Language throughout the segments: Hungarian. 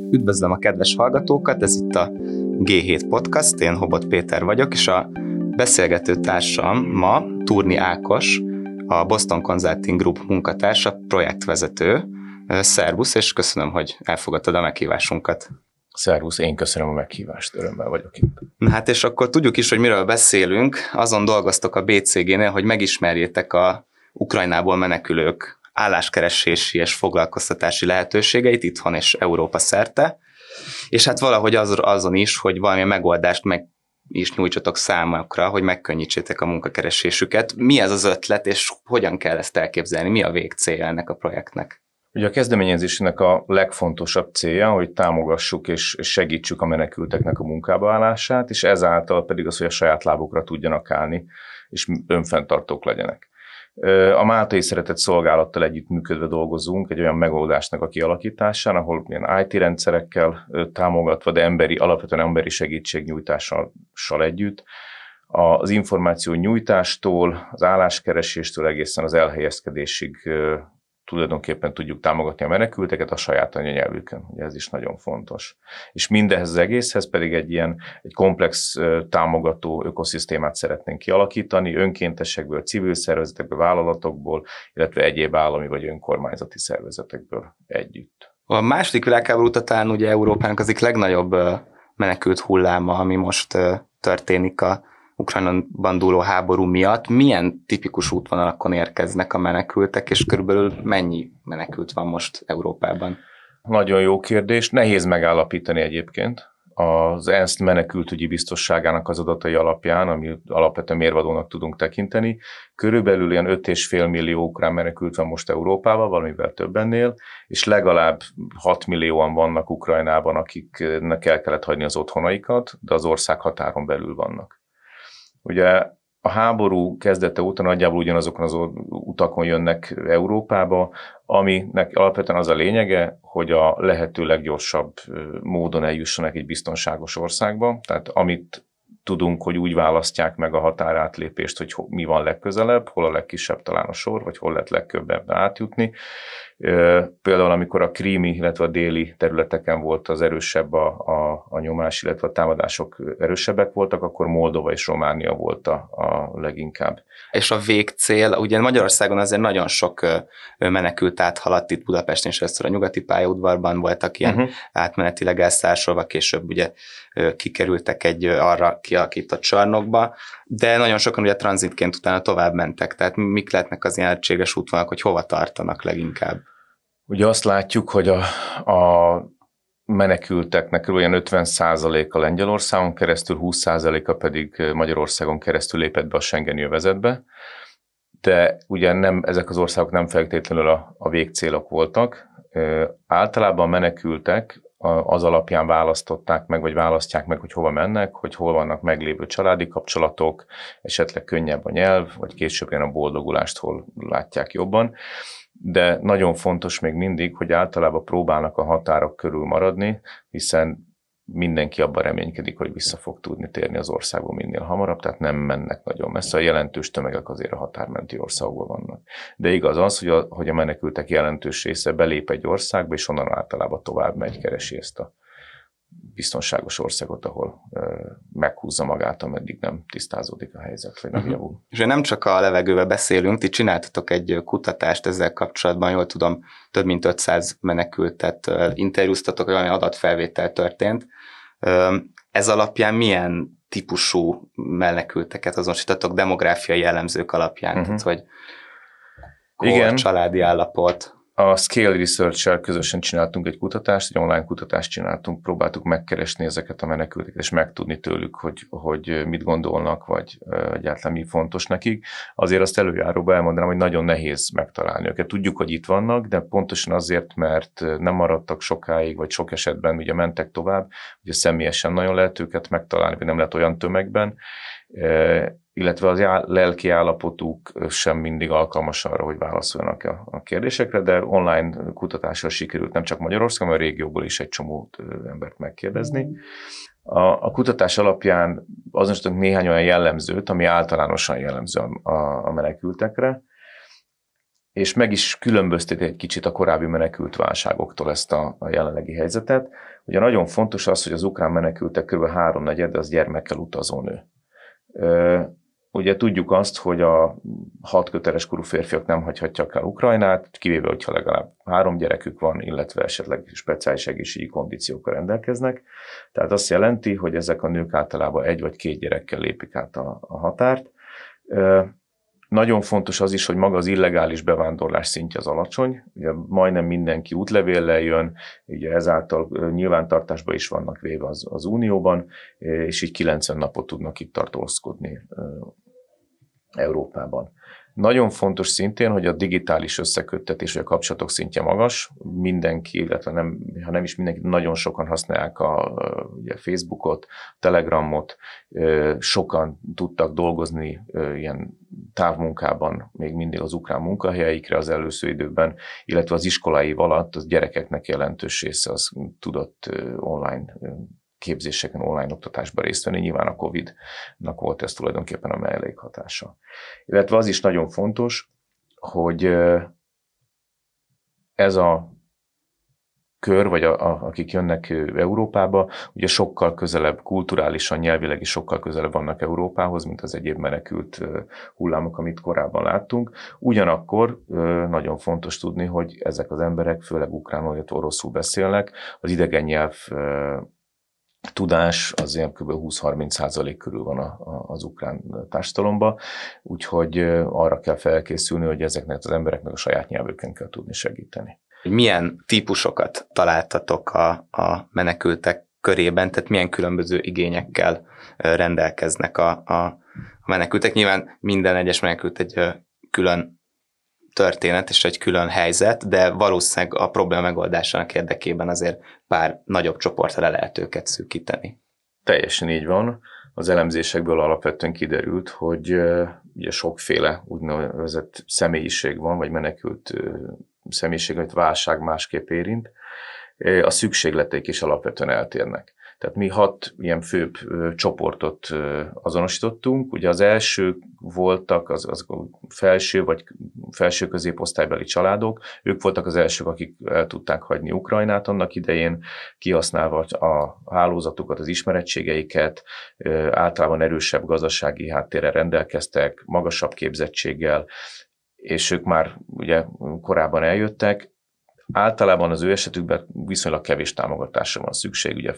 Üdvözlöm a kedves hallgatókat, ez itt a G7 Podcast, én Hobot Péter vagyok, és a beszélgető társam ma Turni Ákos, a Boston Consulting Group munkatársa, projektvezető. Szervusz, és köszönöm, hogy elfogadtad a meghívásunkat. Szervusz, én köszönöm a meghívást, örömmel vagyok itt. Na hát, és akkor tudjuk is, hogy miről beszélünk. Azon dolgoztok a BCG-nél, hogy megismerjétek a Ukrajnából menekülők álláskeresési és foglalkoztatási lehetőségeit itthon és Európa szerte, és hát valahogy azon is, hogy valamilyen megoldást meg is nyújtsatok számukra, hogy megkönnyítsétek a munkakeresésüket. Mi ez az ötlet, és hogyan kell ezt elképzelni? Mi a végcélja ennek a projektnek? Ugye a kezdeményezésnek a legfontosabb célja, hogy támogassuk és segítsük a menekülteknek a munkába állását, és ezáltal pedig az, hogy a saját lábukra tudjanak állni, és önfenntartók legyenek. A Máltai Szeretett Szolgálattal együttműködve dolgozunk egy olyan megoldásnak a kialakításán, ahol ilyen IT rendszerekkel támogatva, de alapvetően emberi segítségnyújtással együtt, az információ nyújtástól, az álláskereséstől egészen az elhelyezkedésig tulajdonképpen tudjuk támogatni a menekülteket a saját anyanyelvükön. Ugye ez is nagyon fontos. És mindehhez az egészhez pedig egy komplex támogató ökoszisztémát szeretnénk kialakítani, önkéntesekből, civil szervezetekből, vállalatokból, illetve egyéb állami vagy önkormányzati szervezetekből együtt. A második világháború után talán ugye Európának az legnagyobb menekült hulláma, ami most történik a Ukrajnában dúló háború miatt. Milyen tipikus útvonalakon érkeznek a menekültek, és körülbelül mennyi menekült van most Európában? Nagyon jó kérdés. Nehéz megállapítani egyébként. Az ENSZ menekültügyi biztosságának az adatai alapján, ami alapvetően mérvadónak tudunk tekinteni, körülbelül ilyen 5,5 millió ukrán menekült van most Európában, valamivel többennél, és legalább 6 millióan vannak Ukrajnában, akiknek el kellett hagyni az otthonaikat, de az ország határon belül vannak. Ugye a háború kezdete óta nagyjából ugyanazokon az utakon jönnek Európába, aminek alapvetően az a lényege, hogy a lehető leggyorsabb módon eljussanak egy biztonságos országba. Tehát amit tudunk, hogy úgy választják meg a határátlépést, hogy mi van legközelebb, hol a legkisebb talán a sor, vagy hol lehet legkönnyebben átjutni. Például amikor a krími, illetve a déli területeken volt az erősebb a nyomás, illetve a támadások erősebbek voltak, akkor Moldova és Románia volt a leginkább. És a végcél, ugye Magyarországon azért nagyon sok menekült áthaladt, itt Budapesten is először a nyugati pályaudvarban voltak ilyen átmenetileg elszársolva, később ugye kikerültek egy arra kialakított csarnokba, de nagyon sokan ugye tranzitként utána tovább mentek, tehát mik lehetnek az ilyen lehetséges útvonalak, hogy hova tartanak leginkább? Ugye azt látjuk, hogy a menekülteknek kb. 50%-a Lengyelországon keresztül, 20%-a pedig Magyarországon keresztül lépett be a Schengeni övezetbe, de ugye ezek az országok nem feltétlenül a végcélok voltak. Általában a menekültek az alapján választották meg, vagy választják meg, hogy hova mennek, hogy hol vannak meglévő családi kapcsolatok, esetleg könnyebb a nyelv, vagy később a boldogulást hol látják jobban. De nagyon fontos még mindig, hogy általában próbálnak a határok körül maradni, hiszen mindenki abban reménykedik, hogy vissza fog tudni térni az országba minél hamarabb, tehát nem mennek nagyon messze. A jelentős tömegek azért a határmenti országban vannak. De igaz az, hogy a menekültek jelentős része belép egy országba, és onnan általában tovább megy, keresi ezt a biztonságos országot, ahol meghúzza magát, ameddig nem tisztázódik a helyzet, vagy nem javul. És nem csak a levegőbe beszélünk, ti csináltatok egy kutatást ezzel kapcsolatban, jól tudom, több mint 500 menekültet interjúztatok, vagy valami adatfelvétel történt. Ez alapján milyen típusú menekülteket azonosítatok demográfiai jellemzők alapján, tehát hogy kor, családi állapot? A Scale Research-sel közösen csináltunk egy kutatást, egy online kutatást csináltunk, próbáltuk megkeresni ezeket a menekülteket, és megtudni tőlük, hogy mit gondolnak, vagy egyáltalán mi fontos nekik. Azért azt előjáróba elmondanám, hogy nagyon nehéz megtalálni őket. Tudjuk, hogy itt vannak, de pontosan azért, mert nem maradtak sokáig, vagy sok esetben ugye mentek tovább, ugye személyesen nagyon lehet őket megtalálni, vagy nem lehet olyan tömegben, illetve az lelki állapotuk sem mindig alkalmas arra, hogy válaszoljanak a kérdésekre, de online kutatással sikerült nem csak Magyarországon, hanem a régióból is egy csomó embert megkérdezni. A kutatás alapján azonosítottunk néhány olyan jellemzőt, ami általánosan jellemző a menekültekre, és meg is különbözteti egy kicsit a korábbi menekült válságoktól ezt a jelenlegi helyzetet. Ugye nagyon fontos az, hogy az ukrán menekültek kb. 3/4 az gyermekkel utazó nő. Ugye tudjuk azt, hogy a 6 köteles korú férfiak nem hagyhatják el Ukrajnát, kivéve, hogyha legalább 3 gyerekük van, illetve esetleg speciális egészségügyi kondíciókkal rendelkeznek. Tehát azt jelenti, hogy ezek a nők általában 1 vagy 2 gyerekkel lépik át a határt. Nagyon fontos az is, hogy maga az illegális bevándorlás szintje az alacsony. Ugye majdnem mindenki útlevéllel jön, ugye ezáltal nyilvántartásba is vannak véve az Unióban, és így 90 napot tudnak itt tartózkodni Európában. Nagyon fontos szintén, hogy a digitális összeköttetés vagy a kapcsolatok szintje magas. Mindenki, illetve ha nem is mindenki, nagyon sokan használják ugye Facebookot, Telegramot, sokan tudtak dolgozni ilyen távmunkában még mindig az ukrán munkahelyeikre az előző időben, illetve az iskolai év alatt az gyerekeknek jelentős része az tudott online képzéseken, online oktatásban részt venni. Nyilván a Covid-nak volt ez tulajdonképpen a mellékhatása. Illetve az is nagyon fontos, hogy ez a kör, vagy akik jönnek Európába, ugye sokkal közelebb, kulturálisan, nyelvileg is sokkal közelebb vannak Európához, mint az egyéb menekült hullámok, amit korábban láttunk. Ugyanakkor nagyon fontos tudni, hogy ezek az emberek főleg ukránul, illetve oroszul beszélnek, az idegen nyelv tudás az ilyen kb. 20-30% körül van az ukrán társadalomban, úgyhogy arra kell felkészülni, hogy ezeknek az embereknek a saját nyelvüken kell tudni segíteni. Milyen típusokat találtatok a menekültek körében, tehát milyen különböző igényekkel rendelkeznek a menekültek? Nyilván minden egyes menekült egy külön történet és egy külön helyzet, de valószínűleg a probléma megoldásának érdekében azért pár nagyobb csoportra lehet őket szűkíteni. Teljesen így van. Az elemzésekből alapvetően kiderült, hogy ugye sokféle úgynevezett személyiség van, vagy menekült személyiség, vagy válság másképp érint. A szükségleteik is alapvetően eltérnek. Tehát mi 6 ilyen főbb csoportot azonosítottunk. Ugye az első voltak az felső vagy felső középosztálybeli családok. Ők voltak az elsők, akik el tudták hagyni Ukrajnát annak idején, kihasználva a hálózatukat, az ismerettségeiket, általában erősebb gazdasági háttérrel rendelkeztek, magasabb képzettséggel, és ők már ugye korábban eljöttek. Általában az ő esetükben viszonylag kevés támogatásra van szükség, ugye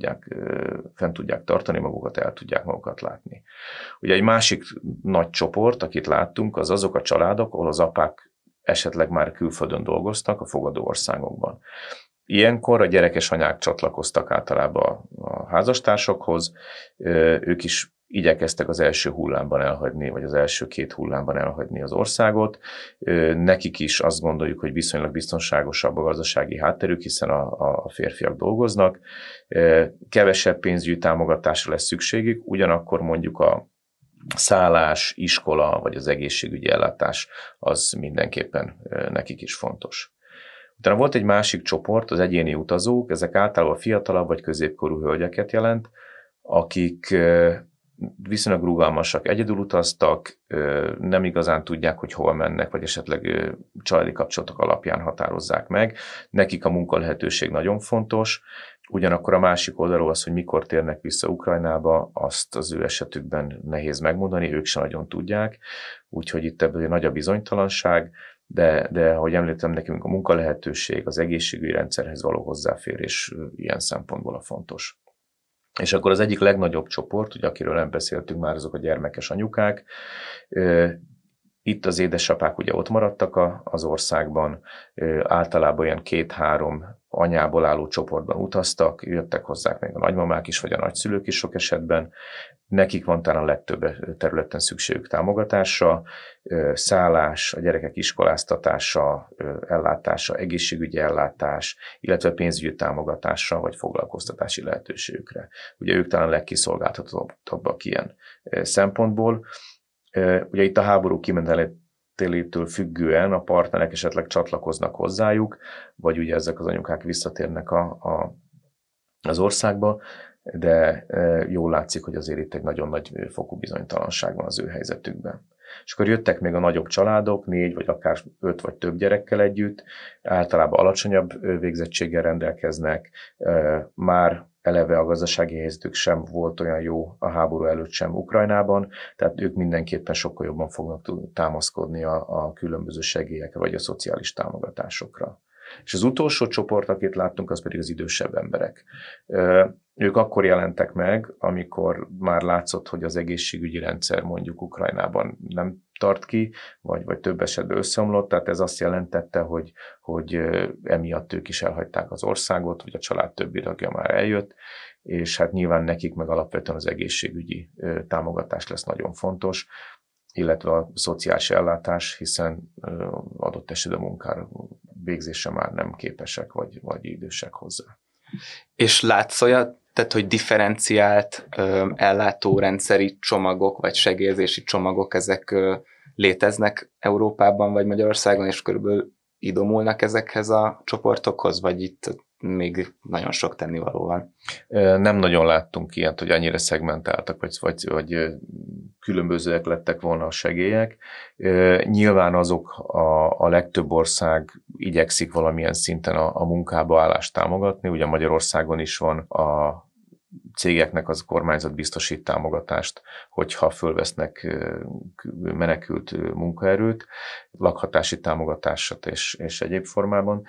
fent tudják tartani magukat, el tudják magukat látni. Ugye egy másik nagy csoport, akit láttunk, az azok a családok, ahol az apák esetleg már külföldön dolgoztak a fogadó országokban. Ilyenkor a gyerekes anyák csatlakoztak általában a házastársakhoz, ők is igyekeztek az első hullámban elhagyni, vagy az első 2 hullámban elhagyni az országot. Nekik is azt gondoljuk, hogy viszonylag biztonságosabb a gazdasági hátterük, hiszen a férfiak dolgoznak. Kevesebb pénzügyi támogatásra lesz szükségük, ugyanakkor mondjuk a szállás, iskola, vagy az egészségügyi ellátás az mindenképpen nekik is fontos. Utána volt egy másik csoport, az egyéni utazók, ezek általában fiatalabb vagy középkorú hölgyeket jelent, akik viszonylag rugalmasak, egyedül utaztak, nem igazán tudják, hogy hol mennek, vagy esetleg családi kapcsolatok alapján határozzák meg. Nekik a munkalehetőség nagyon fontos, ugyanakkor a másik oldalról az, hogy mikor térnek vissza Ukrajnába, azt az ő esetükben nehéz megmondani, ők sem nagyon tudják, úgyhogy itt ebből nagy a bizonytalanság, de ahogy említettem, nekünk a munkalehetőség, az egészségügyi rendszerhez való hozzáférés ilyen szempontból a fontos. És akkor az egyik legnagyobb csoport, ugye, akiről nem beszéltünk már, azok a gyermekes anyukák. Itt az édesapák ugye ott maradtak az országban, általában olyan 2-3 anyából álló csoportban utaztak, jöttek hozzák még a nagymamák is, vagy a nagyszülők is sok esetben. Nekik van talán a legtöbb területen szükségük támogatásra, szállás, a gyerekek iskoláztatása, ellátása, egészségügyi ellátás, illetve pénzügyi támogatásra, vagy foglalkoztatási lehetőségükre. Ugye ők talán legkiszolgáltatottabbak ilyen szempontból. Ugye itt a háború kimenetelétől függően a partnerek esetleg csatlakoznak hozzájuk, vagy ugye ezek az anyukák visszatérnek az országba, de jól látszik, hogy azért itt egy nagyon nagy fokú bizonytalanság van az ő helyzetükben. És akkor jöttek még a nagyobb családok, 4 vagy akár 5 vagy több gyerekkel együtt, általában alacsonyabb végzettséggel rendelkeznek, már eleve a gazdasági helyzetük sem volt olyan jó a háború előtt sem Ukrajnában, tehát ők mindenképpen sokkal jobban fognak támaszkodni a különböző segélyekre vagy a szociális támogatásokra. És az utolsó csoport, akit láttunk, az pedig az idősebb emberek. Ők akkor jelentek meg, amikor már látszott, hogy az egészségügyi rendszer mondjuk Ukrajnában nem tart ki, vagy több esetben összeomlott, tehát ez azt jelentette, hogy emiatt ők is elhagyták az országot, vagy a család többi tagja már eljött, és hát nyilván nekik meg alapvetően az egészségügyi támogatás lesz nagyon fontos, illetve a szociális ellátás, hiszen adott esetben a munkára végzésre már nem képesek, vagy idősek hozzá. És látsz olyat, tehát, hogy differenciált ellátórendszeri csomagok, vagy segélyezési csomagok, ezek léteznek Európában, vagy Magyarországon, és körülbelül idomulnak ezekhez a csoportokhoz, vagy itt még nagyon sok tennivaló van? Nem nagyon láttunk ilyet, hogy annyira szegmentáltak, vagy különbözőek lettek volna a segélyek. Nyilván azok a legtöbb ország igyekszik valamilyen szinten a munkába állást támogatni. Ugye Magyarországon is van a cégeknek az kormányzat biztosít támogatást, hogyha fölvesznek menekült munkaerőt, lakhatási támogatásot és egyéb formában,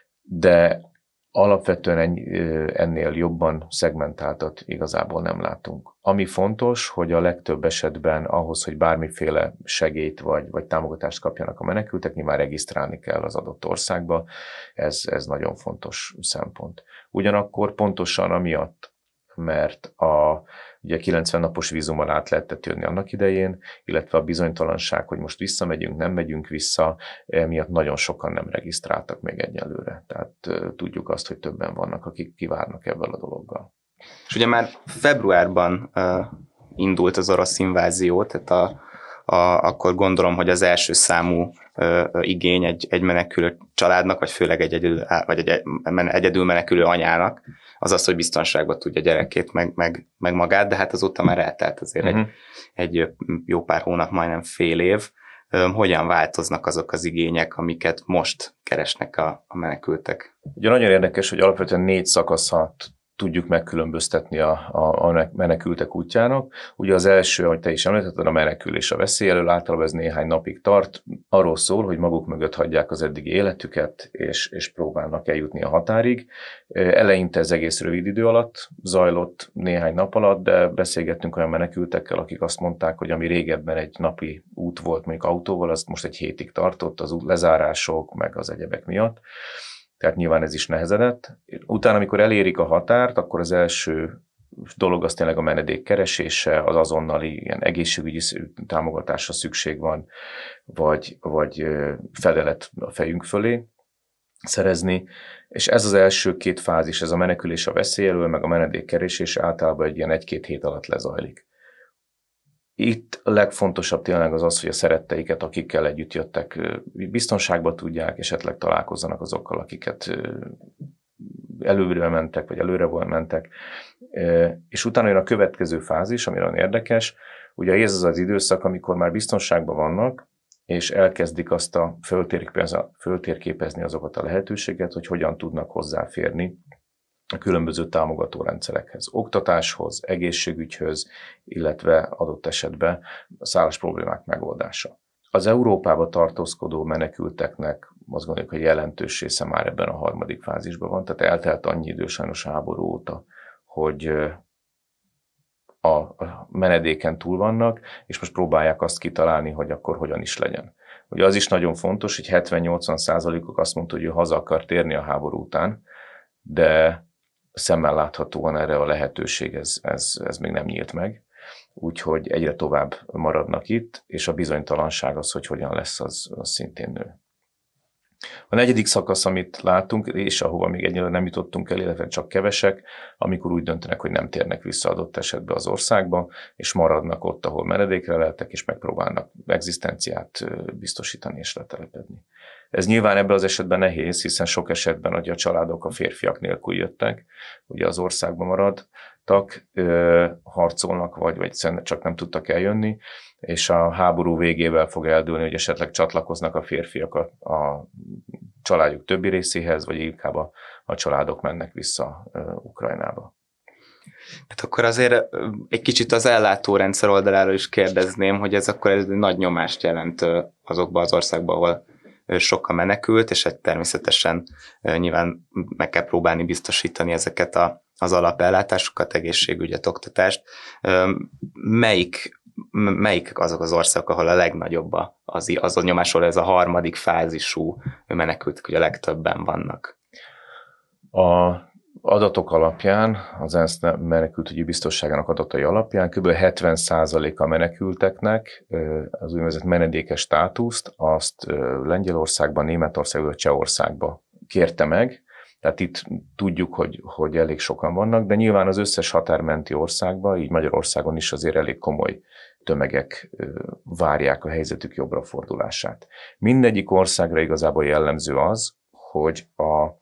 de alapvetően ennél jobban szegmentáltat igazából nem látunk. Ami fontos, hogy a legtöbb esetben ahhoz, hogy bármiféle segélyt vagy támogatást kapjanak a menekültek, nyilván regisztrálni kell az adott országba, ez nagyon fontos szempont. Ugyanakkor pontosan amiatt, mert ugye 90 napos vízummal át lehetett jönni annak idején, illetve a bizonytalanság, hogy most visszamegyünk, nem megyünk vissza, emiatt nagyon sokan nem regisztráltak még egyelőre. Tehát tudjuk azt, hogy többen vannak, akik kivárnak ebből a dologgal. És ugye már februárban indult az orosz invázió, tehát akkor gondolom, hogy az első számú igény egy menekülő családnak, vagy főleg egy egyedül menekülő anyának, az, hogy biztonságban tudja gyerekét, meg magát, de hát azóta már eltelt azért egy jó pár hónap, majdnem fél év. Hogyan változnak azok az igények, amiket most keresnek a menekültek? Ugye nagyon érdekes, hogy alapvetően 4 szakaszat tudjuk megkülönböztetni a menekültek útjának. Ugye az első, ahogy te is említetted, a menekülés a veszély elől, általában ez néhány napig tart. Arról szól, hogy maguk mögött hagyják az eddigi életüket, és próbálnak eljutni a határig. Eleinte ez egész rövid idő alatt zajlott, néhány nap alatt, de beszélgettünk olyan menekültekkel, akik azt mondták, hogy ami régebben egy napi út volt, mondjuk autóval, az most egy hétig tartott, az lezárások, meg az egyebek miatt. Tehát nyilván ez is nehezedett. Utána, amikor elérik a határt, akkor az első dolog az tényleg a menedék keresése, az azonnali ilyen egészségügyi támogatásra szükség van, vagy fedelet a fejünk fölé szerezni. És ez az első 2 fázis, ez a menekülés a veszély elől, meg a menedék keresés általában egy ilyen 1-2 hét alatt lezajlik. Itt a legfontosabb tényleg az, hogy a szeretteiket, akikkel együtt jöttek, biztonságba tudják, esetleg találkozzanak azokkal, akiket előre mentek, vagy előre mentek. És utána jön a következő fázis, ami nagyon érdekes. Ugye ez az időszak, amikor már biztonságban vannak, és elkezdik azt föltérképezni azokat a lehetőséget, hogy hogyan tudnak hozzáférni a különböző támogató rendszerekhez, oktatáshoz, egészségügyhöz, illetve adott esetben a szállás problémák megoldása. Az Európába tartózkodó menekülteknek azt gondoljuk, hogy jelentős része már ebben a harmadik fázisban van, tehát eltelt annyi idő sajnos a háború óta, hogy a menedéken túl vannak, és most próbálják azt kitalálni, hogy akkor hogyan is legyen. Ugye az is nagyon fontos, hogy 70-80%-ok azt mondta, hogy ő haza akar térni a háború után, de szemmel láthatóan erre a lehetőség ez még nem nyílt meg, úgyhogy egyre tovább maradnak itt, és a bizonytalanság az, hogy hogyan lesz, az szintén nő. A negyedik szakasz, amit látunk, és ahova még egyelőre nem jutottunk el, illetve csak kevesek, amikor úgy döntenek, hogy nem térnek vissza adott esetben az országba, és maradnak ott, ahol menedékre leltek, és megpróbálnak egzisztenciát biztosítani és letelepedni. Ez nyilván ebben az esetben nehéz, hiszen sok esetben ugye a családok a férfiak nélkül jöttek, ugye az országban maradtak, harcolnak, vagy csak nem tudtak eljönni, és a háború végével fog eldőlni, hogy esetleg csatlakoznak a férfiak a családjuk többi részéhez, vagy inkább a családok mennek vissza Ukrajnába. Hát akkor azért egy kicsit az ellátórendszer oldaláról is kérdezném, hogy ez akkor egy nagy nyomást jelent azokban az országban, ahol sok a menekült, és hát természetesen nyilván meg kell próbálni biztosítani ezeket az alapellátásokat, egészségügyet, oktatást. Melyik azok az országok, ahol a legnagyobb az a nyomás, ahol ez a harmadik fázisú menekültek, ugye a legtöbben vannak? A adatok alapján, az ENSZ menekültügyi biztonságának adatai alapján kb. 70% a menekülteknek az úgynevezett menedékes státuszt, azt Lengyelországban, Németországban, Csehországban kérte meg. Tehát itt tudjuk, hogy elég sokan vannak, de nyilván az összes határmenti országban, így Magyarországon is azért elég komoly tömegek várják a helyzetük jobbra fordulását. Mindegyik országra igazából jellemző az, hogy az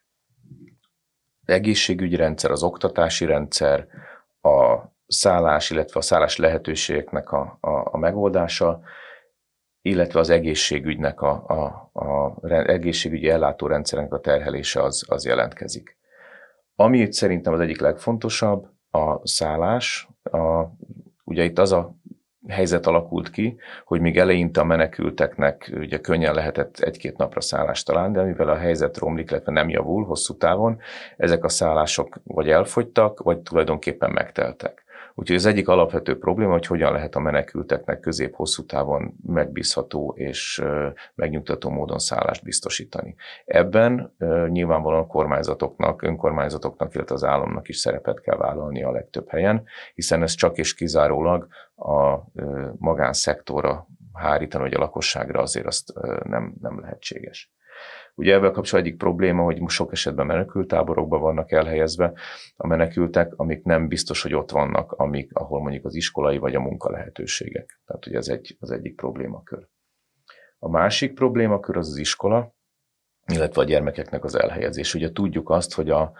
egészségügyi rendszer, az oktatási rendszer, a szállás, illetve a szállás lehetőségeknek a megoldása, illetve az egészségügynek egészségügyi ellátórendszernek a terhelése az jelentkezik. Ami itt szerintem az egyik legfontosabb, a szállás. Ugye itt az a helyzet alakult ki, hogy még eleinte a menekülteknek ugye könnyen lehetett egy-két napra szállást találni, de mivel a helyzet romlik, illetve nem javul hosszú távon, ezek a szállások vagy elfogytak, vagy tulajdonképpen megteltek. Úgyhogy az egyik alapvető probléma, hogy hogyan lehet a menekülteknek közép-hosszú távon megbízható és megnyugtató módon szállást biztosítani. Ebben nyilvánvalóan a kormányzatoknak, önkormányzatoknak, illetve az államnak is szerepet kell vállalni a legtöbb helyen, hiszen ez csak és kizárólag a magánszektorra hárítani, vagy a lakosságra azért azt nem lehetséges. Ugye ebben kapcsolatban egyik probléma, hogy sok esetben menekülttáborokban vannak elhelyezve a menekültek, amik nem biztos, hogy ott vannak, ahol mondjuk az iskolai vagy a munka lehetőségek. Tehát ugye ez az egyik problémakör. A másik problémakör az iskola, illetve a gyermekeknek az elhelyezés. Ugye tudjuk azt, hogy a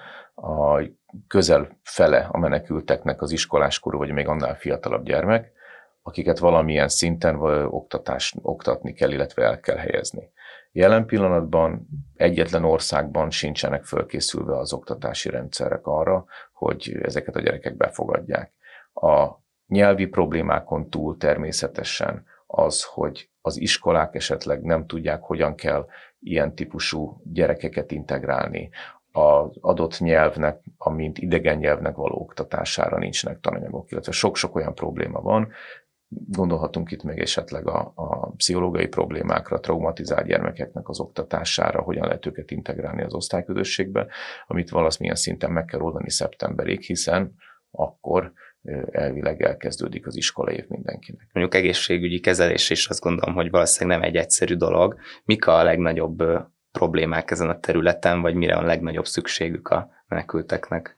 közel fele a menekülteknek az iskoláskorú, vagy még annál fiatalabb gyermek, akiket valamilyen szinten oktatni kell, illetve el kell helyezni. Jelen pillanatban egyetlen országban sincsenek fölkészülve az oktatási rendszerek arra, hogy ezeket a gyerekek befogadják. A nyelvi problémákon túl természetesen az, hogy az iskolák esetleg nem tudják, hogyan kell ilyen típusú gyerekeket integrálni. Az adott nyelvnek, amint idegen nyelvnek való oktatására nincsenek tananyagok, illetve sok-sok olyan probléma van. Gondolhatunk itt még esetleg a pszichológiai problémákra, traumatizált gyermekeknek az oktatására, hogyan lehet őket integrálni az osztályközösségbe, amit valamilyen szinten meg kell oldani szeptemberig, hiszen akkor elvileg elkezdődik az iskolai év mindenkinek. Mondjuk egészségügyi kezelés is azt gondolom, hogy valószínűleg nem egy egyszerű dolog. Mik a legnagyobb problémák ezen a területen, vagy mire a legnagyobb szükségük a menekülteknek?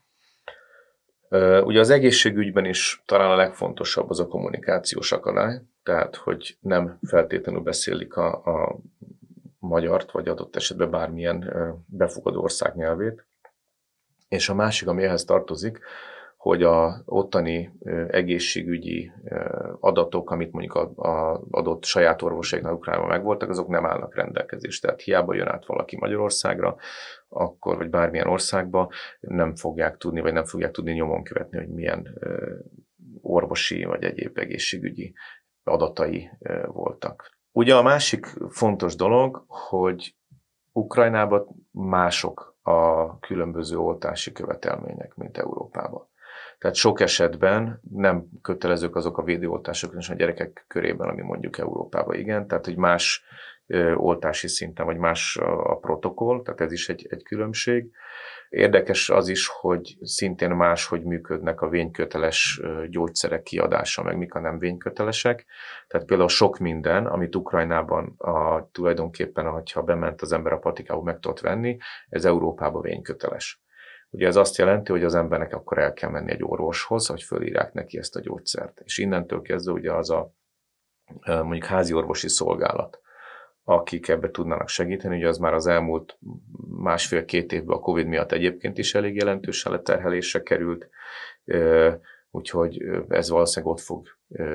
Ugye az egészségügyben is talán a legfontosabb az a kommunikációs akadály, tehát hogy nem feltétlenül beszélik a magyart, vagy adott esetben bármilyen befogadó ország nyelvét. És a másik, ami ehhez tartozik, hogy az ottani egészségügyi adatok, amit mondjuk az adott saját orvosaiknál Ukrajnában megvoltak, azok nem állnak rendelkezésre. Tehát hiába jön át valaki Magyarországra, akkor, vagy bármilyen országba, nem fogják tudni, vagy nem fogják tudni nyomon követni, hogy milyen orvosi, vagy egyéb egészségügyi adatai voltak. Ugye a másik fontos dolog, hogy Ukrajnában mások a különböző oltási követelmények, mint Európában. Tehát sok esetben nem kötelezők azok a védőoltások is a gyerekek körében, ami mondjuk Európában igen, tehát hogy más oltási szinten, vagy más a protokoll, tehát ez is egy különbség. Érdekes az is, hogy szintén máshogy működnek a vényköteles gyógyszerek kiadása, meg mik a nem vénykötelesek. Tehát például sok minden, amit Ukrajnában tulajdonképpen, ha bement az ember a patikába, meg tudott venni, ez Európában vényköteles. Ugye ez azt jelenti, hogy az embernek akkor el kell menni egy orvoshoz, hogy fölírják neki ezt a gyógyszert. És innentől kezdve ugye az a mondjuk házi orvosi szolgálat, akik ebbe tudnának segíteni, ugye az már az elmúlt 1,5-2 évben a Covid miatt egyébként is elég jelentősen leterhelésre került. úgyhogy ez valószínűleg ott fog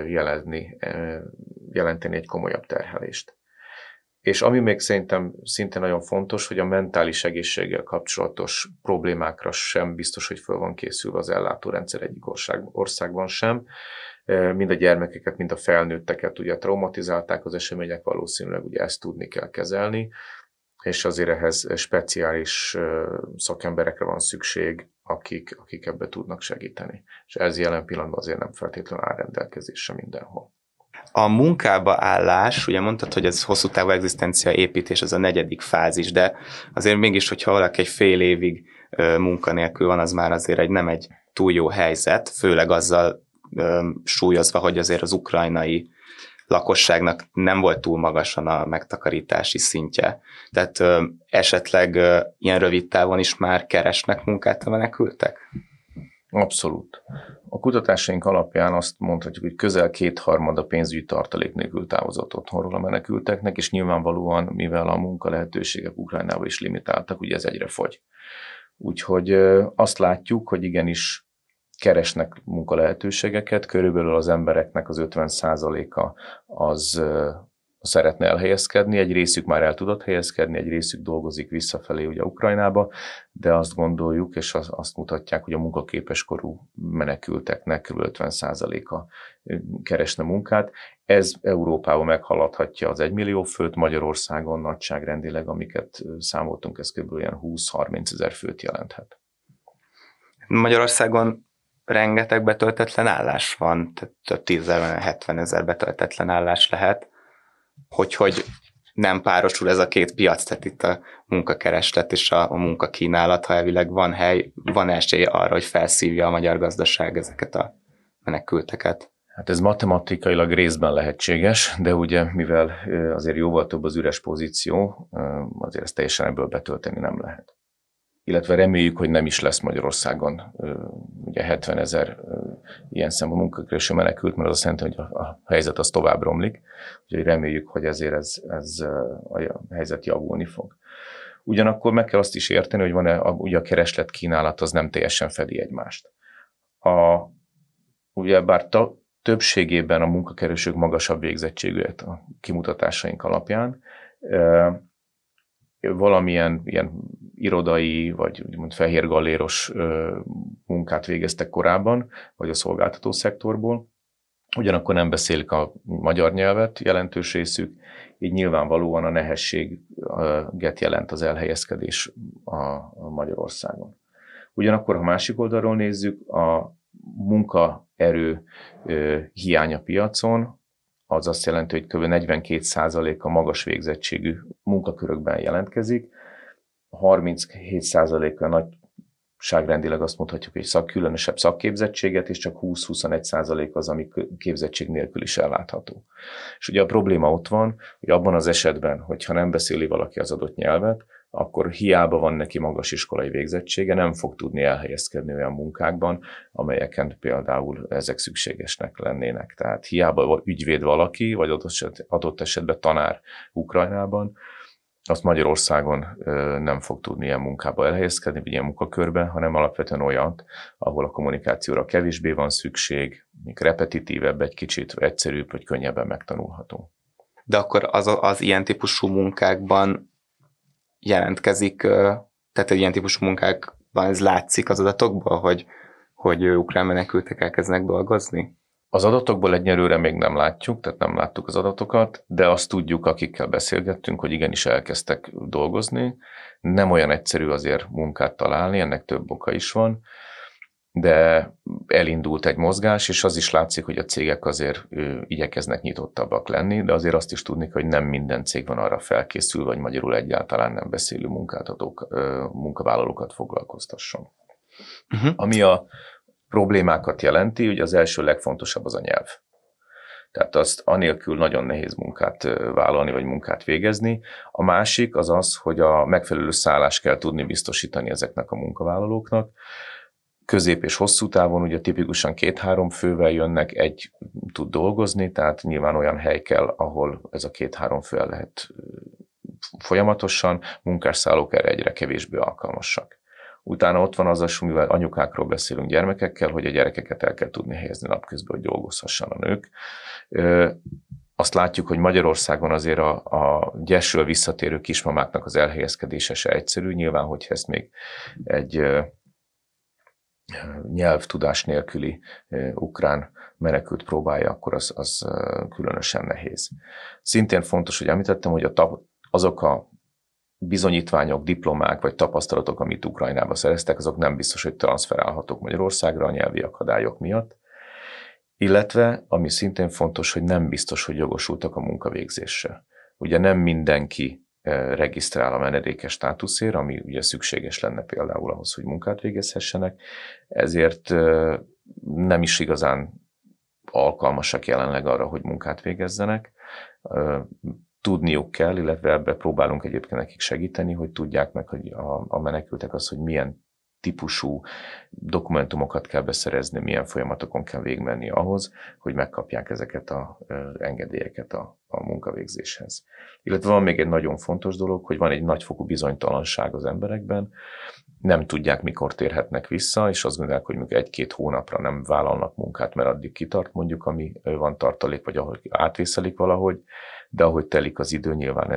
jelenteni egy komolyabb terhelést. És ami még szerintem szinte nagyon fontos, hogy a mentális egészséggel kapcsolatos problémákra sem biztos, hogy föl van készülve az ellátórendszer egyik országban sem. Mind a gyermekeket, mind a felnőtteket ugye traumatizálták az események, valószínűleg ugye ezt tudni kell kezelni, és azért ehhez speciális szakemberekre van szükség, akik ebbe tudnak segíteni. És ez jelen pillanatban azért nem feltétlenül áll rendelkezésre mindenhol. A munkába állás, ugye mondtad, hogy ez hosszú távú egzisztencia építés, ez a 4. fázis, de azért mégis, hogyha valaki egy fél évig munkanélkül van, az már azért nem egy túl jó helyzet, főleg azzal súlyozva, hogy azért az ukrajnai lakosságnak nem volt túl magasan a megtakarítási szintje. Tehát esetleg ilyen rövid távon is már keresnek munkát a menekültek? Abszolút. A kutatásaink alapján azt mondhatjuk, hogy közel 2/3 pénzügyi tartalék nélkül távozott otthonról a menekülteknek, és nyilvánvalóan, mivel a munka lehetőségek Ukrajnában is limitáltak, ugye ez egyre fogy. Úgyhogy azt látjuk, hogy igenis keresnek munkalehetőségeket, körülbelül az embereknek az 50%-a az szeretne elhelyezkedni, egy részük már el tudott helyezkedni, egy részük dolgozik visszafelé ugye Ukrajnába, de azt gondoljuk, és azt mutatják, hogy a munkaképes korú menekülteknek kb. 50%-a keresne munkát. Ez Európában meghaladhatja az 1 millió főt, Magyarországon nagyságrendileg, amiket számoltunk, ez kb. 20-30 ezer főt jelenthet. Magyarországon rengeteg betöltetlen állás van, tehát több 10-70 ezer betöltetlen állás lehet. Hogy nem párosul ez a két piac, tehát itt a munkakereslet és a munkakínálat, ha elvileg van hely, van esély arra, hogy felszívja a magyar gazdaság ezeket a menekülteket. Hát ez matematikailag részben lehetséges, de ugye mivel azért jóval több az üres pozíció, azért ezt teljesen ebből betölteni nem lehet. Illetve reméljük, hogy nem is lesz Magyarországon ugye 70 ezer ilyen szemben munkakereső menekült, mert az azt jelenti, hogy a helyzet az tovább romlik. Úgyhogy reméljük, hogy ezért ez a helyzet javulni fog. Ugyanakkor meg kell azt is érteni, hogy ugye a kereslet kínálat az nem teljesen fedi egymást. Ugye bár többségében a munkakeresők magasabb végzettségűek a kimutatásaink alapján, valamilyen ilyen irodai, vagy úgymond fehérgalléros munkát végeztek korábban, vagy a szolgáltató szektorból. Ugyanakkor nem beszélik a magyar nyelvet, jelentős részük, így nyilvánvalóan a nehézséget jelent az elhelyezkedés a Magyarországon. Ugyanakkor, ha másik oldalról nézzük, a munkaerő hiány a piacon, az azt jelenti, hogy kb. 42% a magas végzettségű munkakörökben jelentkezik, 37%-a nagyságrendileg azt mondhatjuk, hogy különösebb szakképzettséget, és csak 20-21% az, ami képzettség nélkül is ellátható. És ugye a probléma ott van, hogy abban az esetben, hogyha nem beszéli valaki az adott nyelvet, akkor hiába van neki magas iskolai végzettsége, nem fog tudni elhelyezkedni olyan munkákban, amelyeken például ezek szükségesnek lennének. Tehát hiába ügyvéd valaki, vagy adott esetben tanár Ukrajnában, azt Magyarországon nem fog tudni ilyen munkába elhelyezkedni, vagy ilyen munkakörben, hanem alapvetően olyan, ahol a kommunikációra kevésbé van szükség, még repetitívebb, egy kicsit egyszerűbb, vagy könnyebben megtanulható. De akkor az ilyen típusú munkákban jelentkezik, tehát egy ilyen típusú munkákban ez látszik az adatokból, hogy ukrán menekültek elkezdenek dolgozni? Az adatokból egyelőre még nem látjuk, tehát nem láttuk az adatokat, de azt tudjuk, akikkel beszélgettünk, hogy igenis elkezdtek dolgozni. Nem olyan egyszerű azért munkát találni, ennek több oka is van, de elindult egy mozgás, és az is látszik, hogy a cégek azért igyekeznek nyitottabbak lenni, de azért azt is tudni, hogy nem minden cég van arra felkészülve, vagy magyarul egyáltalán nem beszélő munkavállalókat foglalkoztasson. Ami a problémákat jelenti, ugye az első legfontosabb az a nyelv. Tehát azt anélkül nagyon nehéz munkát vállalni, vagy munkát végezni. A másik az az, hogy a megfelelő szállást kell tudni biztosítani ezeknek a munkavállalóknak. Közép és hosszú távon ugye tipikusan 2-3 fővel jönnek, egy tud dolgozni, tehát nyilván olyan hely kell, ahol ez a 2-3 fő lehet folyamatosan, munkásszállók erre egyre kevésbé alkalmasak. Utána ott van az, mivel anyukákról beszélünk gyermekekkel, hogy a gyerekeket el kell tudni helyezni napközben, hogy dolgozhassanak a nők. Azt látjuk, hogy Magyarországon azért a gyesről visszatérő kismamáknak az elhelyezkedése se egyszerű. Nyilván, hogyha ezt még egy nyelvtudás nélküli ukrán menekült próbálja, akkor az különösen nehéz. Szintén fontos, hogy említettem, hogy azok a bizonyítványok, diplomák vagy tapasztalatok, amit Ukrajnába szereztek, azok nem biztos, hogy transferálhatók Magyarországra a nyelvi akadályok miatt. Illetve, ami szintén fontos, hogy nem biztos, hogy jogosultak a munkavégzésre. Ugye nem mindenki regisztrál a menedékes státuszért, ami ugye szükséges lenne például ahhoz, hogy munkát végezhessenek, ezért nem is igazán alkalmasak jelenleg arra, hogy munkát végezzenek. Tudniuk kell, illetve ebbe próbálunk egyébként nekik segíteni, hogy tudják meg, hogy a menekültek az, hogy milyen típusú dokumentumokat kell beszerezni, milyen folyamatokon kell végigmenni ahhoz, hogy megkapják ezeket az engedélyeket a munkavégzéshez. Illetve van még egy nagyon fontos dolog, hogy van egy nagyfokú bizonytalanság az emberekben, nem tudják, mikor térhetnek vissza, és azt gondolják, hogy mondjuk 1-2 hónapra nem vállalnak munkát, mert addig kitart mondjuk, ami van tartalék, vagy ahogy átvészelik valahogy, de ahogy telik az idő, nyilván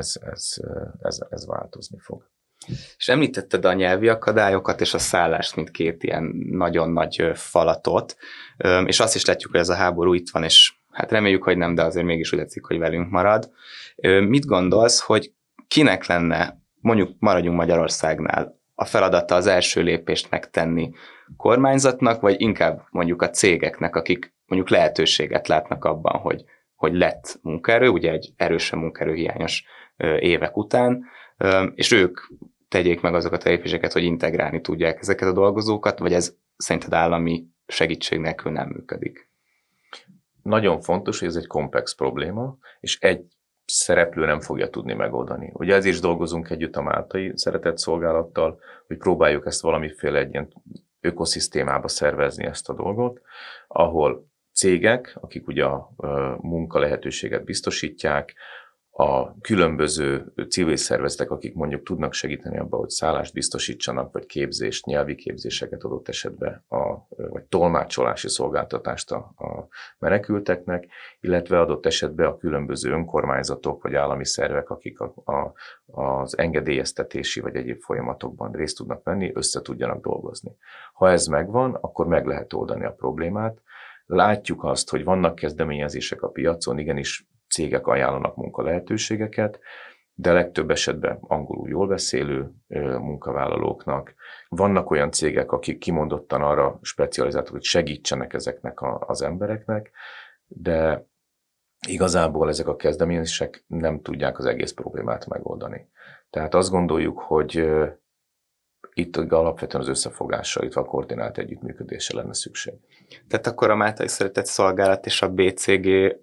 ez változni fog. És említetted a nyelvi akadályokat és a szállást, mint két ilyen nagyon nagy falatot, és azt is látjuk, hogy ez a háború itt van, és hát reméljük, hogy nem, de azért mégis úgy látszik, hogy velünk marad. Mit gondolsz, hogy kinek lenne, mondjuk maradjunk Magyarországnál, a feladata az első lépést megtenni kormányzatnak, vagy inkább mondjuk a cégeknek, akik mondjuk lehetőséget látnak abban, hogy lett munkaerő, ugye egy erősen munkaerőhiányos évek után, és ők tegyék meg azokat a lépéseket, hogy integrálni tudják ezeket a dolgozókat, vagy ez szerinted állami segítség nélkül nem működik? Nagyon fontos, hogy ez egy komplex probléma, és egy szereplő nem fogja tudni megoldani. Ugye ezért is dolgozunk együtt a Máltai Szeretett Szolgálattal, hogy próbáljuk ezt valamiféle egy ilyen ökoszisztémába szervezni ezt a dolgot, ahol cégek, akik ugye a munka lehetőséget biztosítják, a különböző civil szervezetek, akik mondjuk tudnak segíteni abban, hogy szállást biztosítsanak, vagy képzést, nyelvi képzéseket adott esetben, vagy tolmácsolási szolgáltatást a menekülteknek, illetve adott esetben a különböző önkormányzatok, vagy állami szervek, akik az engedélyeztetési, vagy egyéb folyamatokban részt tudnak venni, össze tudjanak dolgozni. Ha ez megvan, akkor meg lehet oldani a problémát. Látjuk azt, hogy vannak kezdeményezések a piacon, igenis cégek ajánlanak munkalehetőségeket, de legtöbb esetben angolul jól beszélő munkavállalóknak. Vannak olyan cégek, akik kimondottan arra specializáltak, hogy segítsenek ezeknek az embereknek, de igazából ezek a kezdeményezések nem tudják az egész problémát megoldani. Tehát azt gondoljuk, hogy itt alapvetően az összefogásra, itt a koordinált együttműködésre lenne szükség. Tehát akkor a Máltai Szeretett Szolgálat és a BCG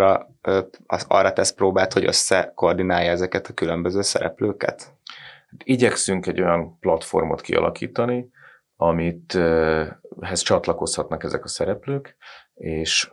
arra tesz próbát, hogy összekoordinálja ezeket a különböző szereplőket? Igyekszünk egy olyan platformot kialakítani, amithez csatlakozhatnak ezek a szereplők, és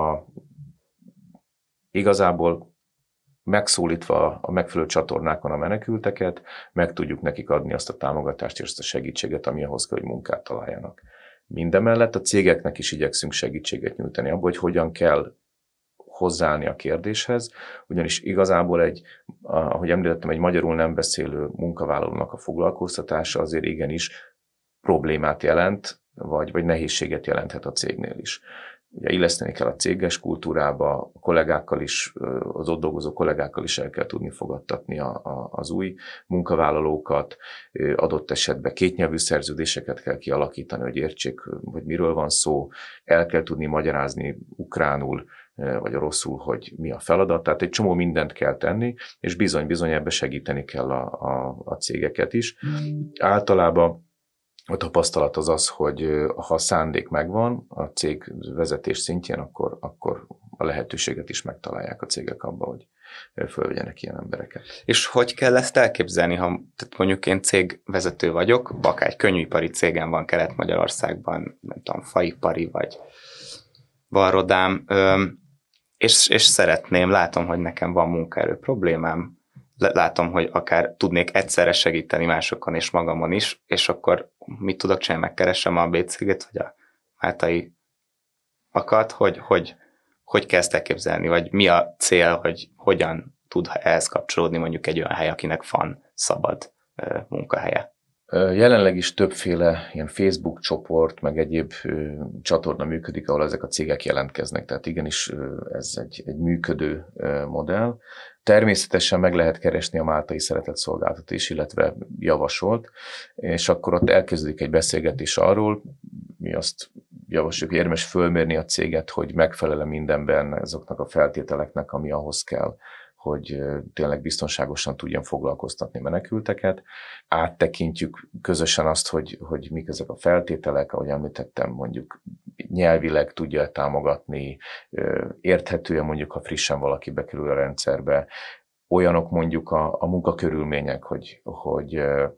igazából megszólítva a megfelelő csatornákon a menekülteket, meg tudjuk nekik adni azt a támogatást és azt a segítséget, ami ahhoz kell, hogy munkát találjanak. Mindemellett a cégeknek is igyekszünk segítséget nyújtani abban, hogy hogyan kell hozzáállni a kérdéshez, ugyanis igazából ahogy említettem, egy magyarul nem beszélő munkavállalónak a foglalkoztatása azért igenis problémát jelent, vagy nehézséget jelenthet a cégnél is. Ugye illeszteni kell a céges kultúrába, a kollégákkal is, az ott dolgozó kollégákkal is el kell tudni fogadtatni az új munkavállalókat, adott esetben kétnyelvű szerződéseket kell kialakítani, hogy értsék, hogy miről van szó, el kell tudni magyarázni ukránul, vagy oroszul, hogy mi a feladat, tehát egy csomó mindent kell tenni, és bizony ebbe segíteni kell a cégeket is. Általában a tapasztalat az, hogy ha a szándék megvan a cég vezetés szintjén, akkor a lehetőséget is megtalálják a cégek abba, hogy fölvegyenek ilyen embereket. És hogy kell ezt elképzelni, ha tehát mondjuk én cégvezető vagyok, akár egy könnyűipari cégem van Kelet-Magyarországban, nem tudom, faipari vagy varrodám, és szeretném, látom, hogy nekem van munkaerő problémám, látom, hogy akár tudnék egyszerre segíteni másokon és magamon is, és akkor mit tudok csinálni? Megkeresem a BCG-t, vagy a Máltai akat, hogy kell ezt elképzelni, vagy mi a cél, hogy hogyan tud ehhez kapcsolódni mondjuk egy olyan hely, akinek van szabad munkahelye. Jelenleg is többféle ilyen Facebook csoport, meg egyéb csatorna működik, ahol ezek a cégek jelentkeznek. Tehát igenis ez egy működő modell. Természetesen meg lehet keresni a Máltai Szeretetszolgálatot is, illetve javasolt, és akkor ott elkezdődik egy beszélgetés arról, mi azt javasoljuk, hogy érdemes fölmérni a céget, hogy megfelel mindenben azoknak a feltételeknek, ami ahhoz kell, hogy tényleg biztonságosan tudjon foglalkoztatni menekülteket. Áttekintjük közösen azt, hogy mik ezek a feltételek, ahogy említettem, mondjuk nyelvileg tudja támogatni, érthetően mondjuk, ha frissen valaki bekerül a rendszerbe. Olyanok mondjuk a munkakörülmények, hogy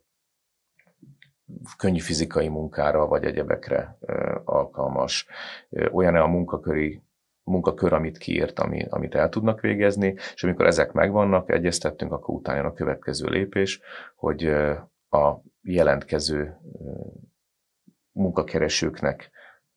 könnyű fizikai munkára vagy egyebekre alkalmas. Olyan a munkakör, amit kiírt, amit el tudnak végezni, és amikor ezek megvannak, egyeztettünk, akkor utána jön a következő lépés, hogy a jelentkező munkakeresőknek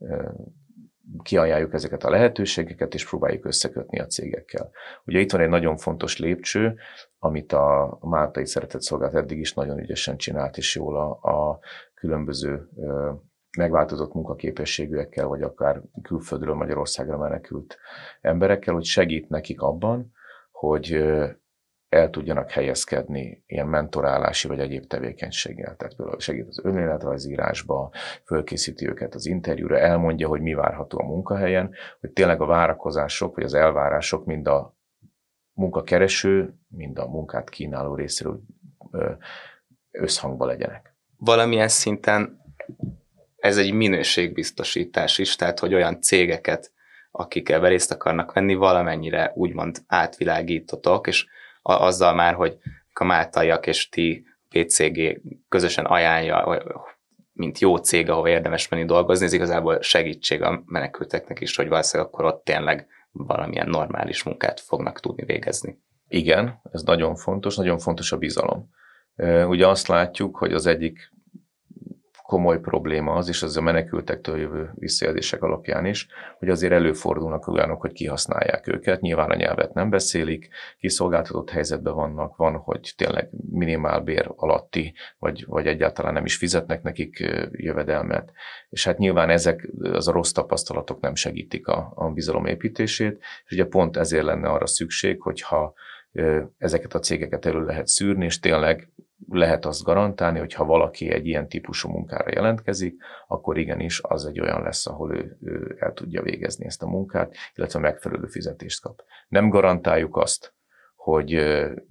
kiajánljuk ezeket a lehetőségeket, és próbáljuk összekötni a cégekkel. Ugye itt van egy nagyon fontos lépcső, amit a Máltai Szeretetszolgálat eddig is nagyon ügyesen csinált, és jól a különböző megváltozott munkaképességűekkel, vagy akár külföldről Magyarországra menekült emberekkel, hogy segít nekik abban, hogy el tudjanak helyezkedni ilyen mentorálási vagy egyéb tevékenységgel. Tehát például segít az önéletrajzírásba, fölkészíti őket az interjúra, elmondja, hogy mi várható a munkahelyen, hogy tényleg a várakozások vagy az elvárások mind a munkakereső, mind a munkát kínáló részéről összhangba legyenek. Valamilyen szinten ez egy minőségbiztosítás is, tehát hogy olyan cégeket, akik ebben részt akarnak venni, valamennyire úgymond átvilágítotok, és azzal már, hogy a máltaiak és ti BCG közösen ajánlja, mint jó cég, ahol érdemes menni dolgozni, ez igazából segítség a menekülteknek is, hogy valószínűleg akkor ott tényleg valamilyen normális munkát fognak tudni végezni. Igen, ez nagyon fontos a bizalom. Ugye azt látjuk, hogy az egyik komoly probléma az, és az a menekültektől jövő visszajelzések alapján is, hogy azért előfordulnak olyanok, hogy kihasználják őket. Nyilván a nyelvet nem beszélik, kiszolgáltatott helyzetben vannak, van, hogy tényleg minimálbér alatti, vagy egyáltalán nem is fizetnek nekik jövedelmet. És hát nyilván ezek, az a rossz tapasztalatok nem segítik a bizalom építését, és ugye pont ezért lenne arra szükség, hogyha ezeket a cégeket elő lehet szűrni, és tényleg lehet azt garantálni, hogy ha valaki egy ilyen típusú munkára jelentkezik, akkor igenis az egy olyan lesz, ahol ő el tudja végezni ezt a munkát, illetve megfelelő fizetést kap. Nem garantáljuk azt, hogy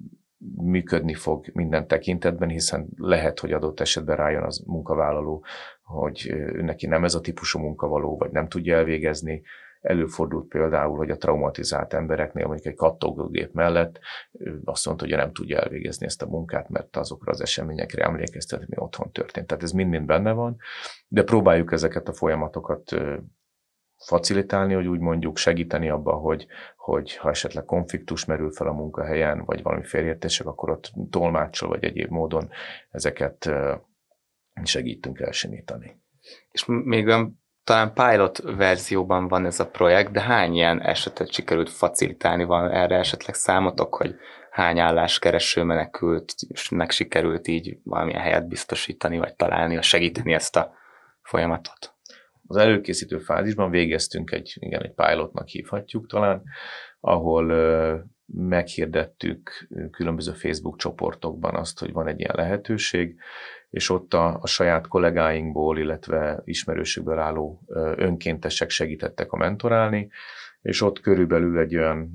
működni fog minden tekintetben, hiszen lehet, hogy adott esetben rájön az munkavállaló, hogy neki nem ez a típusú munkavaló, vagy nem tudja elvégezni. Előfordult például, hogy a traumatizált embereknél mondjuk egy kattogógép mellett azt mondta, hogy nem tudja elvégezni ezt a munkát, mert azokra az eseményekre emlékeztet, ami otthon történt. Tehát ez mind-mind benne van, de próbáljuk ezeket a folyamatokat facilitálni, hogy úgy mondjuk segíteni abba, hogy ha esetleg konfliktus merül fel a munkahelyen, vagy valami félreértések, akkor ott tolmáccsal vagy egyéb módon ezeket segítünk elsimítani. És még talán pilot verzióban van ez a projekt, de hány ilyen esetet sikerült facilitálni? Van erre esetleg számotok, hogy hány álláskereső menekültnek sikerült így valamilyen helyet biztosítani, vagy találni, segíteni ezt a folyamatot? Az előkészítő fázisban végeztünk egy pilotnak hívhatjuk talán, ahol meghirdettük különböző Facebook csoportokban azt, hogy van egy ilyen lehetőség, és ott a saját kollégáinkból, illetve ismerősökből álló önkéntesek segítettek a mentorálni, és ott körülbelül egy olyan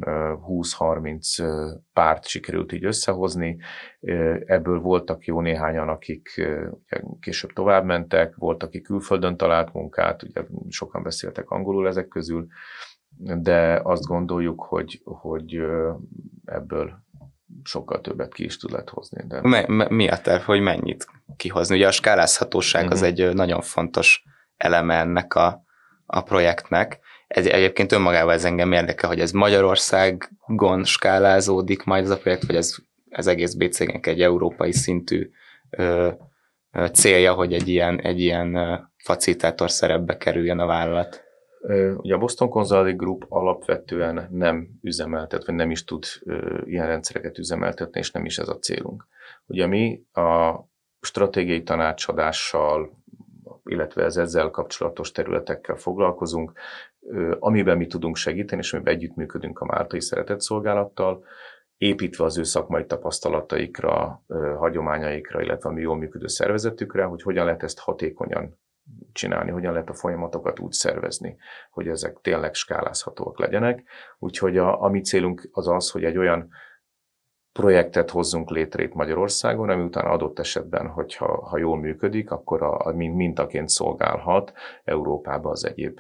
20-30 párt sikerült így összehozni. Ebből voltak jó néhányan, akik később tovább mentek, volt, aki külföldön talált munkát, ugye sokan beszéltek angolul ezek közül, de azt gondoljuk, hogy ebből sokkal többet ki is lehet hozni. De... Mi a terv, hogy mennyit kihozni? Ugye a skálázhatóság az egy nagyon fontos eleme ennek a projektnek. Egyébként önmagában ez engem érdekel, hogy ez Magyarországon skálázódik majd ez a projekt, vagy ez az egész BCG-nek egy európai szintű célja, hogy egy ilyen facilitátor szerepbe kerüljön a vállalat? Ugye a Boston Consulting Group alapvetően nem üzemeltet, vagy nem is tud ilyen rendszereket üzemeltetni, és nem is ez a célunk. Ugye mi a stratégiai tanácsadással, illetve ezzel kapcsolatos területekkel foglalkozunk, amiben mi tudunk segíteni, és amiben együttműködünk a Máltai Szeretetszolgálattal, építve az ő szakmai tapasztalataikra, hagyományaikra, illetve a mi jól működő szervezetükre, hogy hogyan lehet ezt hatékonyan csinálni, hogyan lehet a folyamatokat úgy szervezni, hogy ezek tényleg skálázhatóak legyenek. Úgyhogy a mi célunk az az, hogy egy olyan projektet hozzunk létre itt Magyarországon, ami utána adott esetben, hogyha jól működik, akkor mintaként szolgálhat Európába az egyéb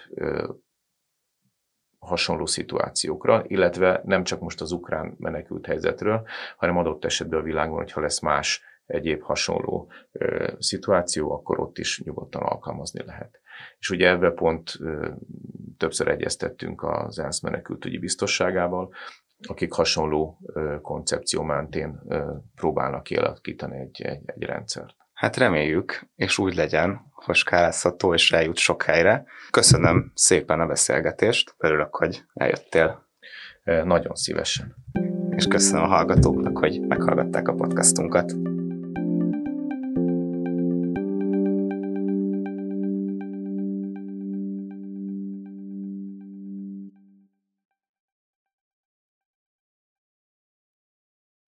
hasonló szituációkra, illetve nem csak most az ukrán menekült helyzetről, hanem adott esetben a világon, hogyha lesz más egyéb hasonló szituáció, akkor ott is nyugodtan alkalmazni lehet. És ugye ebben pont többször egyeztettünk az ENSZ menekültügyi biztosságával, akik hasonló koncepció mentén próbálnak kialakítani egy rendszert. Hát reméljük, és úgy legyen, hogy skálázható és eljut sok helyre. Köszönöm szépen a beszélgetést, örülök, hogy eljöttél. Nagyon szívesen. És köszönöm a hallgatóknak, hogy meghallgatták a podcastunkat.